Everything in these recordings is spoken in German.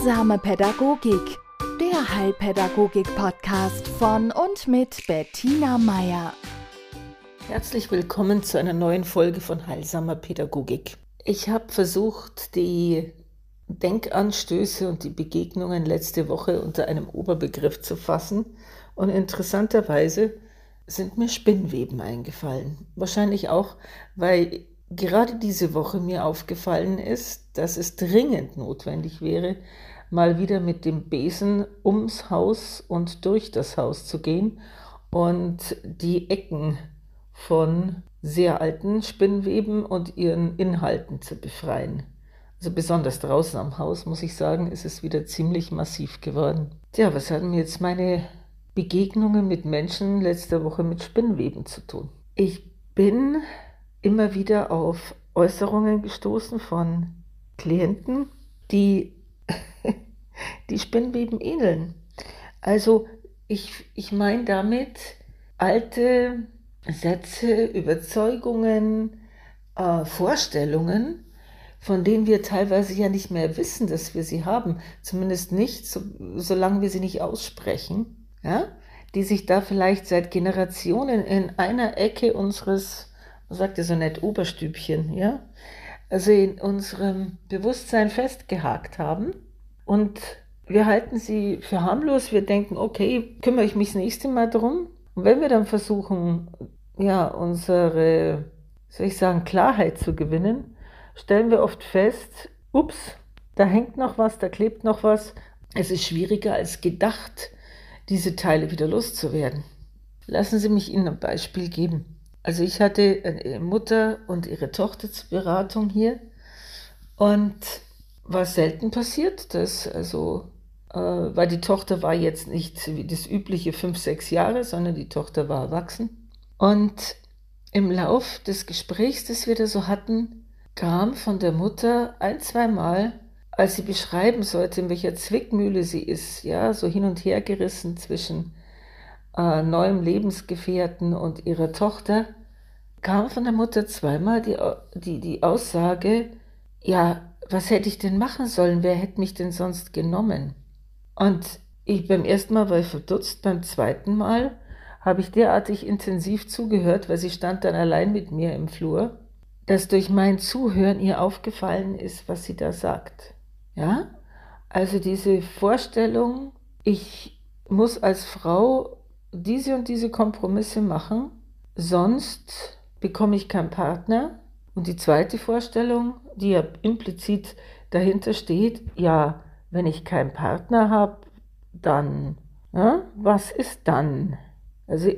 Heilsame Pädagogik, der Heilpädagogik-Podcast von und mit Bettina Meier. Herzlich willkommen zu einer neuen Folge von Heilsamer Pädagogik. Ich habe versucht, die Denkanstöße und die Begegnungen letzte Woche unter einem Oberbegriff zu fassen und interessanterweise sind mir Spinnweben eingefallen. Wahrscheinlich auch, weil gerade diese Woche mir aufgefallen ist, dass es dringend notwendig wäre, mal wieder mit dem Besen ums Haus und durch das Haus zu gehen und die Ecken von sehr alten Spinnweben und ihren Inhalten zu befreien. Also besonders draußen am Haus, muss ich sagen, ist es wieder ziemlich massiv geworden. Tja, was hatten jetzt meine Begegnungen mit Menschen letzte Woche mit Spinnweben zu tun? Ich bin immer wieder auf Äußerungen gestoßen von Klienten, die die Spinnweben ähneln. Also ich meine damit alte Sätze, Überzeugungen, Vorstellungen, von denen wir teilweise ja nicht mehr wissen, dass wir sie haben. Zumindest nicht, solange wir sie nicht aussprechen. Ja? Die sich da vielleicht seit Generationen in einer Ecke unseres, man sagt ja so nett, Oberstübchen, ja? Also in unserem Bewusstsein festgehakt haben. Und wir halten sie für harmlos. Wir denken, okay, kümmere ich mich das nächste Mal drum. Und wenn wir dann versuchen, ja, unsere, soll ich sagen, Klarheit zu gewinnen, stellen wir oft fest, ups, da hängt noch was, da klebt noch was. Es ist schwieriger als gedacht, diese Teile wieder loszuwerden. Lassen Sie mich Ihnen ein Beispiel geben. Also ich hatte eine Mutter und ihre Tochter zur Beratung hier und war selten passiert, dass weil die Tochter war jetzt nicht wie das übliche 5, 6 Jahre, sondern die Tochter war erwachsen. Und im Lauf des Gesprächs, das wir da so hatten, kam von der Mutter 1, 2 Mal, als sie beschreiben sollte, in welcher Zwickmühle sie ist, ja, so hin und her gerissen zwischen neuem Lebensgefährten und ihrer Tochter, kam von der Mutter 2 Mal die Aussage, ja, was hätte ich denn machen sollen? Wer hätte mich denn sonst genommen? Und ich beim ersten Mal war ich verdutzt, beim zweiten Mal habe ich derartig intensiv zugehört, weil sie stand dann allein mit mir im Flur, dass durch mein Zuhören ihr aufgefallen ist, was sie da sagt. Ja? Also diese Vorstellung, ich muss als Frau diese und diese Kompromisse machen, sonst bekomme ich keinen Partner. Und die zweite Vorstellung, die ja implizit dahinter steht, ja, wenn ich keinen Partner habe, dann, ja, was ist dann? Also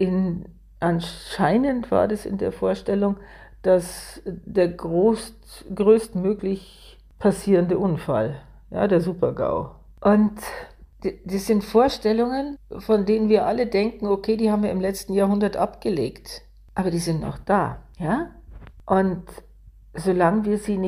anscheinend war das in der Vorstellung, dass der größtmöglich passierende Unfall, ja, der Super-GAU. Und das sind Vorstellungen, von denen wir alle denken, okay, die haben wir im letzten Jahrhundert abgelegt, aber die sind noch da, ja? Und solange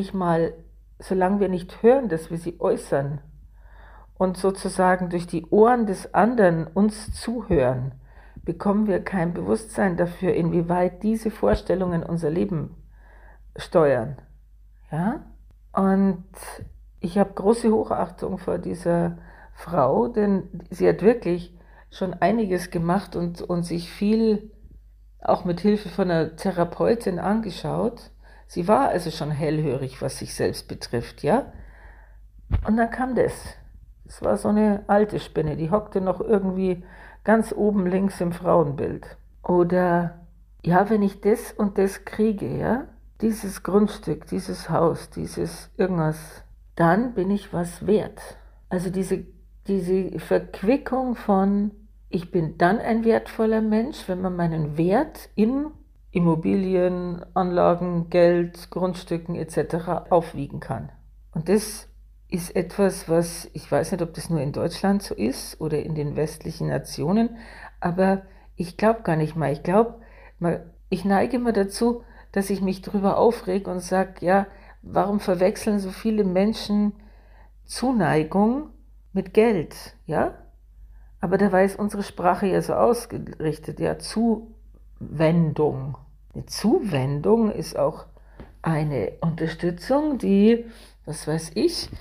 wir nicht hören, dass wir sie äußern und sozusagen durch die Ohren des anderen uns zuhören, bekommen wir kein Bewusstsein dafür, inwieweit diese Vorstellungen unser Leben steuern. Ja? Und ich habe große Hochachtung vor dieser Frau, denn sie hat wirklich schon einiges gemacht und sich viel auch mit Hilfe von einer Therapeutin angeschaut. Sie war also schon hellhörig, was sich selbst betrifft, ja. Und dann kam das. Es war so eine alte Spinne, die hockte noch irgendwie ganz oben links im Frauenbild. Oder, ja, wenn ich das und das kriege, ja, dieses Grundstück, dieses Haus, dieses irgendwas, dann bin ich was wert. Also diese Verquickung von, ich bin dann ein wertvoller Mensch, wenn man meinen Wert in Immobilien, Anlagen, Geld, Grundstücken etc. aufwiegen kann. Und das ist etwas, was, ich weiß nicht, ob das nur in Deutschland so ist oder in den westlichen Nationen, aber ich glaube gar nicht mal. Ich neige immer dazu, dass ich mich darüber aufrege und sage, ja, warum verwechseln so viele Menschen Zuneigung mit Geld, ja? Aber dabei ist unsere Sprache ja so ausgerichtet, ja, Zuwendung. Eine Zuwendung ist auch eine Unterstützung, die, was weiß ich,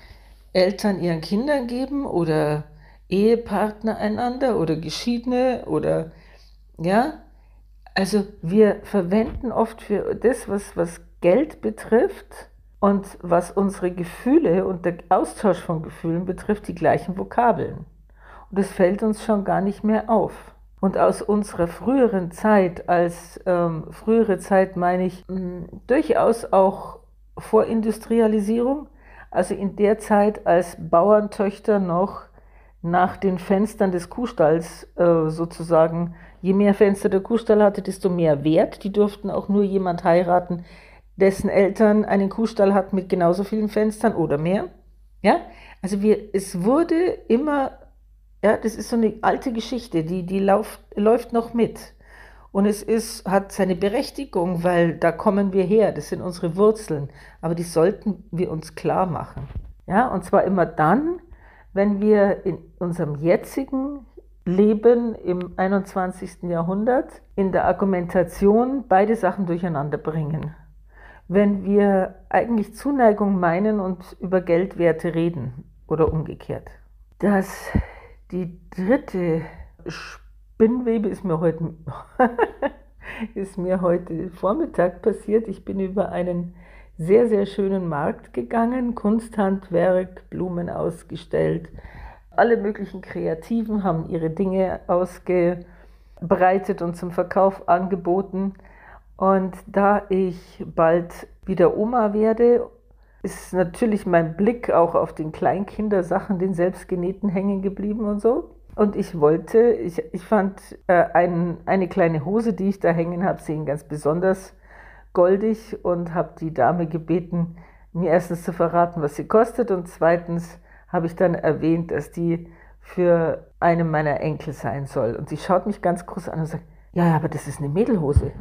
Eltern ihren Kindern geben oder Ehepartner einander oder Geschiedene oder, ja. Also wir verwenden oft für das, was Geld betrifft und was unsere Gefühle und der Austausch von Gefühlen betrifft, die gleichen Vokabeln. Und das fällt uns schon gar nicht mehr auf. Und aus unserer früheren Zeit, frühere Zeit meine ich durchaus auch vor Industrialisierung, also in der Zeit, als Bauerntöchter noch nach den Fenstern des Kuhstalls sozusagen, je mehr Fenster der Kuhstall hatte, desto mehr Wert. Die durften auch nur jemand heiraten, dessen Eltern einen Kuhstall hatten mit genauso vielen Fenstern oder mehr. Ja, also es wurde immer, ja, das ist so eine alte Geschichte, die läuft noch mit. Und hat seine Berechtigung, weil da kommen wir her, das sind unsere Wurzeln. Aber die sollten wir uns klar machen. Ja, und zwar immer dann, wenn wir in unserem jetzigen Leben im 21. Jahrhundert in der Argumentation beide Sachen durcheinander bringen. Wenn wir eigentlich Zuneigung meinen und über Geldwerte reden oder umgekehrt. Die dritte Spinnwebe ist mir heute Vormittag passiert. Ich bin über einen sehr, sehr schönen Markt gegangen, Kunsthandwerk, Blumen ausgestellt. Alle möglichen Kreativen haben ihre Dinge ausgebreitet und zum Verkauf angeboten. Und da ich bald wieder Oma werde, ist natürlich mein Blick auch auf den Kleinkindersachen, den Selbstgenähten hängen geblieben und so. Und ich fand eine kleine Hose, die ich da hängen habe, sehen ganz besonders goldig und habe die Dame gebeten, mir erstens zu verraten, was sie kostet, und zweitens habe ich dann erwähnt, dass die für einen meiner Enkel sein soll. Und sie schaut mich ganz groß an und sagt, ja, aber das ist eine Mädelhose.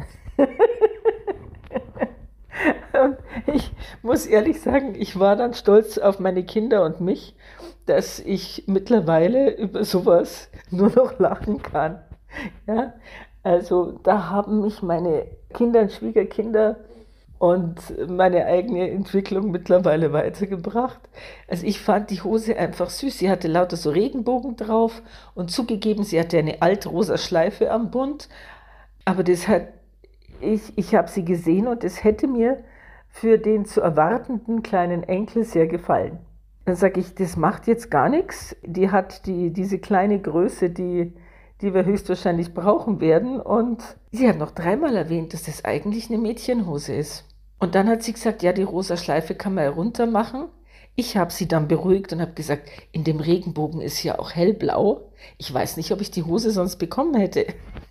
Und ich muss ehrlich sagen, ich war dann stolz auf meine Kinder und mich, dass ich mittlerweile über sowas nur noch lachen kann. Ja? Also da haben mich meine Kinder und Schwiegerkinder und meine eigene Entwicklung mittlerweile weitergebracht. Also ich fand die Hose einfach süß. Sie hatte lauter so Regenbogen drauf und zugegeben, sie hatte eine altrosa Schleife am Bund. Aber ich habe sie gesehen und es hätte mir für den zu erwartenden kleinen Enkel sehr gefallen. Dann sage ich, das macht jetzt gar nichts. Die hat diese kleine Größe, die wir höchstwahrscheinlich brauchen werden. Und sie hat noch 3-mal erwähnt, dass das eigentlich eine Mädchenhose ist. Und dann hat sie gesagt, ja, die rosa Schleife kann man herunter machen. Ich habe sie dann beruhigt und habe gesagt, in dem Regenbogen ist ja auch hellblau. Ich weiß nicht, ob ich die Hose sonst bekommen hätte.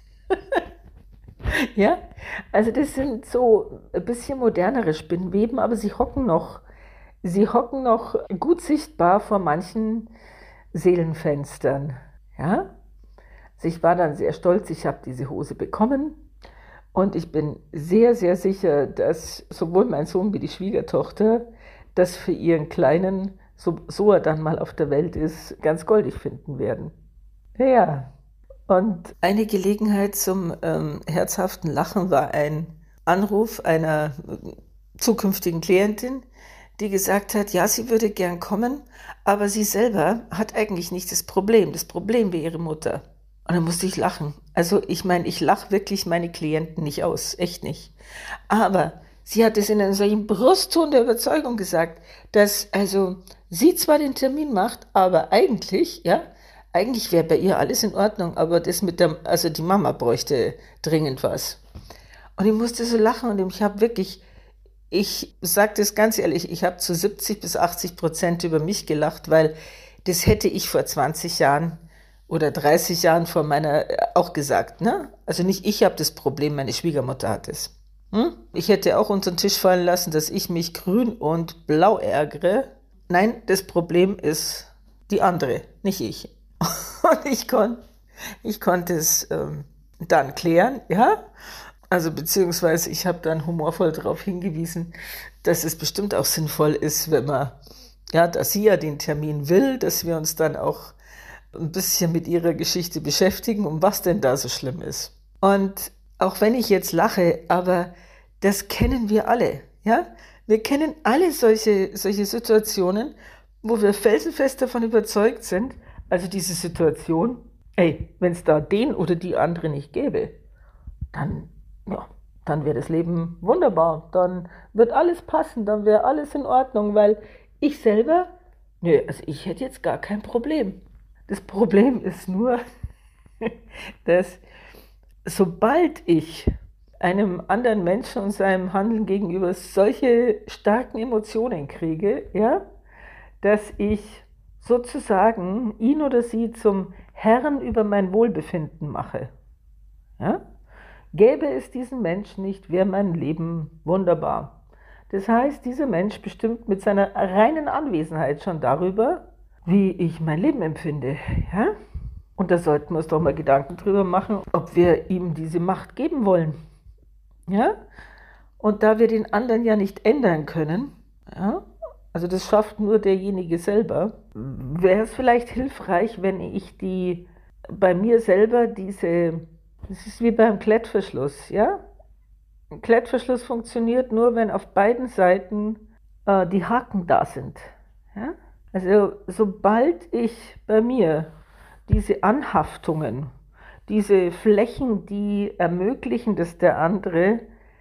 Ja, also das sind so ein bisschen modernere Spinnweben, aber sie hocken noch gut sichtbar vor manchen Seelenfenstern. Ja, also ich war dann sehr stolz, ich habe diese Hose bekommen und ich bin sehr, sehr sicher, dass sowohl mein Sohn wie die Schwiegertochter das für ihren Kleinen, so er dann mal auf der Welt ist, ganz goldig finden werden. Ja. Und eine Gelegenheit zum herzhaften Lachen war ein Anruf einer zukünftigen Klientin, die gesagt hat, ja, sie würde gern kommen, aber sie selber hat eigentlich nicht das Problem. Das Problem wäre ihre Mutter. Und dann musste ich lachen. Also ich meine, ich lache wirklich meine Klienten nicht aus, echt nicht. Aber sie hat es in einem solchen Brustton der Überzeugung gesagt, dass also sie zwar den Termin macht, aber eigentlich wäre bei ihr alles in Ordnung, aber die Mama bräuchte dringend was. Und ich musste so lachen und ich sage das ganz ehrlich, ich habe zu 70-80% über mich gelacht, weil das hätte ich vor 20 Jahren oder 30 Jahren vor meiner auch gesagt. Ne? Also nicht ich habe das Problem, meine Schwiegermutter hat es. Ich hätte auch unter den Tisch fallen lassen, dass ich mich grün und blau ärgere. Nein, das Problem ist die andere, nicht ich. Und ich konnte es dann klären, ja. Also beziehungsweise ich habe dann humorvoll darauf hingewiesen, dass es bestimmt auch sinnvoll ist, wenn man, ja, dass sie ja den Termin will, dass wir uns dann auch ein bisschen mit ihrer Geschichte beschäftigen, um was denn da so schlimm ist. Und auch wenn ich jetzt lache, aber das kennen wir alle, ja. Wir kennen alle solche Situationen, wo wir felsenfest davon überzeugt sind, also diese Situation, wenn es da den oder die andere nicht gäbe, dann wäre das Leben wunderbar, dann wird alles passen, dann wäre alles in Ordnung, weil ich selber, also ich hätte jetzt gar kein Problem. Das Problem ist nur, dass sobald ich einem anderen Menschen und seinem Handeln gegenüber solche starken Emotionen kriege, ja, dass ich sozusagen ihn oder sie zum Herrn über mein Wohlbefinden mache. Ja? Gäbe es diesen Menschen nicht, wäre mein Leben wunderbar. Das heißt, dieser Mensch bestimmt mit seiner reinen Anwesenheit schon darüber, wie ich mein Leben empfinde. Ja? Und da sollten wir uns doch mal Gedanken drüber machen, ob wir ihm diese Macht geben wollen. Ja? Und da wir den anderen ja nicht ändern können, ja, also das schafft nur derjenige selber, wäre es vielleicht hilfreich, wenn ich bei mir selber das ist wie beim Klettverschluss, ja? Ein Klettverschluss funktioniert nur, wenn auf beiden Seiten die Haken da sind. Ja? Also sobald ich bei mir diese Anhaftungen, diese Flächen, die ermöglichen, dass der andere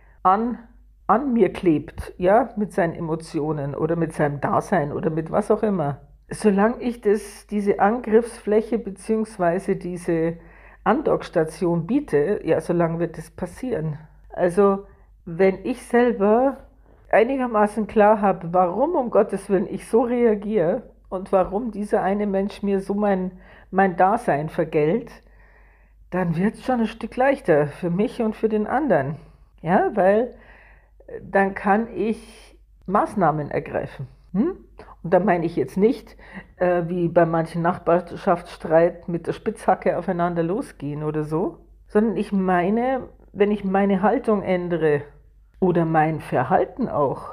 an mir klebt, ja, mit seinen Emotionen oder mit seinem Dasein oder mit was auch immer. Solange ich diese Angriffsfläche bzw. diese Andockstation biete, ja, solange wird das passieren. Also, wenn ich selber einigermaßen klar habe, warum um Gottes Willen ich so reagiere und warum dieser eine Mensch mir so mein Dasein vergällt, dann wird es schon ein Stück leichter für mich und für den anderen. Ja, weil dann kann ich Maßnahmen ergreifen. Und da meine ich jetzt nicht, wie bei manchen Nachbarschaftsstreit mit der Spitzhacke aufeinander losgehen oder so, sondern ich meine, wenn ich meine Haltung ändere oder mein Verhalten auch,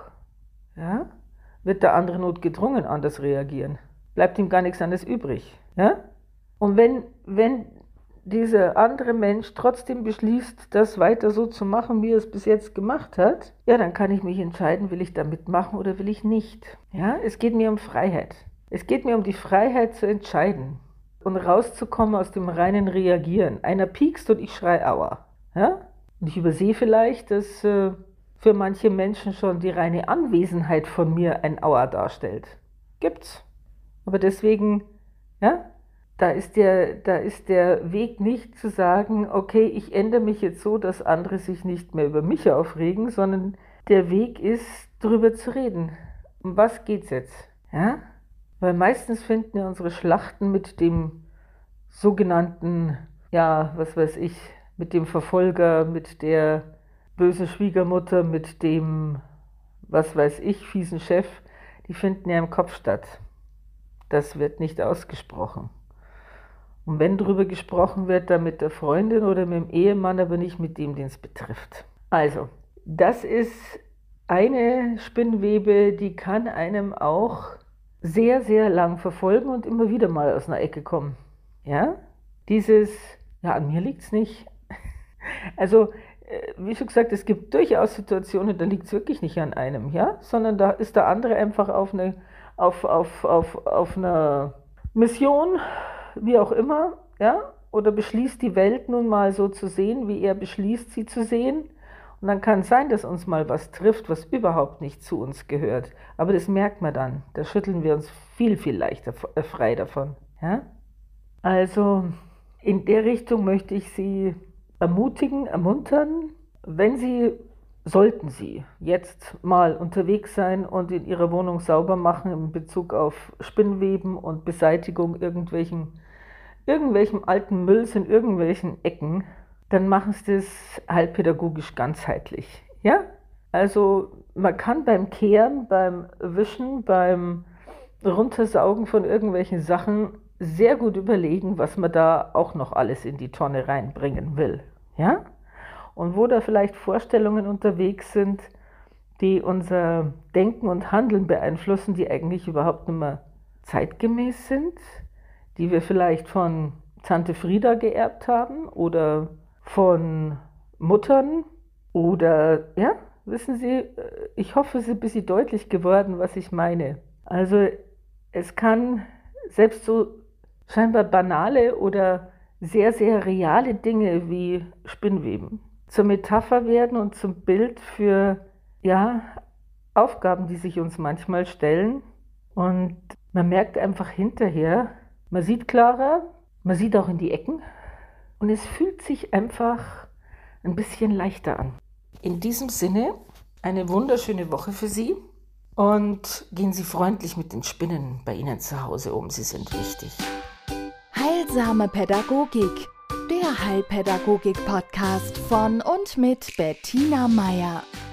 ja, wird der andere notgedrungen anders reagieren. Bleibt ihm gar nichts anderes übrig. Ja? Und wenn dieser andere Mensch trotzdem beschließt, das weiter so zu machen, wie er es bis jetzt gemacht hat, ja, dann kann ich mich entscheiden, will ich da mitmachen oder will ich nicht. Ja, es geht mir um Freiheit. Es geht mir um die Freiheit zu entscheiden und rauszukommen aus dem reinen Reagieren. Einer piekst und ich schrei Aua. Ja? Und ich übersehe vielleicht, dass für manche Menschen schon die reine Anwesenheit von mir ein Aua darstellt. Gibt's. Aber deswegen, ja, da ist der Weg nicht zu sagen, okay, ich ändere mich jetzt so, dass andere sich nicht mehr über mich aufregen, sondern der Weg ist, darüber zu reden. Um was geht's jetzt? Ja? Weil meistens finden ja unsere Schlachten mit dem sogenannten, ja, was weiß ich, mit dem Verfolger, mit der bösen Schwiegermutter, mit dem, was weiß ich, fiesen Chef, die finden ja im Kopf statt. Das wird nicht ausgesprochen. Und wenn darüber gesprochen wird, dann mit der Freundin oder mit dem Ehemann, aber nicht mit dem, den es betrifft. Also, das ist eine Spinnwebe, die kann einem auch sehr, sehr lang verfolgen und immer wieder mal aus einer Ecke kommen. Ja? An mir liegt es nicht. Also, wie schon gesagt, es gibt durchaus Situationen, da liegt es wirklich nicht an einem, ja? Sondern da ist der andere einfach auf einer Mission, wie auch immer, ja, oder beschließt die Welt nun mal so zu sehen, wie er beschließt, sie zu sehen. Und dann kann es sein, dass uns mal was trifft, was überhaupt nicht zu uns gehört. Aber das merkt man dann. Da schütteln wir uns viel, viel leichter frei davon. Ja? Also in der Richtung möchte ich Sie ermutigen, ermuntern, sollten Sie jetzt mal unterwegs sein und in Ihrer Wohnung sauber machen in Bezug auf Spinnweben und Beseitigung irgendwelchem alten Mülls in irgendwelchen Ecken, dann machen Sie das heilpädagogisch ganzheitlich. Ja? Also man kann beim Kehren, beim Wischen, beim Runtersaugen von irgendwelchen Sachen sehr gut überlegen, was man da auch noch alles in die Tonne reinbringen will. Ja? Und wo da vielleicht Vorstellungen unterwegs sind, die unser Denken und Handeln beeinflussen, die eigentlich überhaupt nicht mehr zeitgemäß sind, die wir vielleicht von Tante Frieda geerbt haben oder von Muttern oder, ja, wissen Sie, ich hoffe, es ist ein bisschen deutlich geworden, was ich meine. Also Es kann selbst so scheinbar banale oder sehr, sehr reale Dinge wie Spinnweben zur Metapher werden und zum Bild für, Aufgaben, die sich uns manchmal stellen. Und man merkt einfach hinterher, man sieht klarer, man sieht auch in die Ecken und es fühlt sich einfach ein bisschen leichter an. In diesem Sinne, eine wunderschöne Woche für Sie und gehen Sie freundlich mit den Spinnen bei Ihnen zu Hause um, sie sind wichtig. Heilsame Pädagogik, der Heilpädagogik-Podcast von und mit Bettina Meier.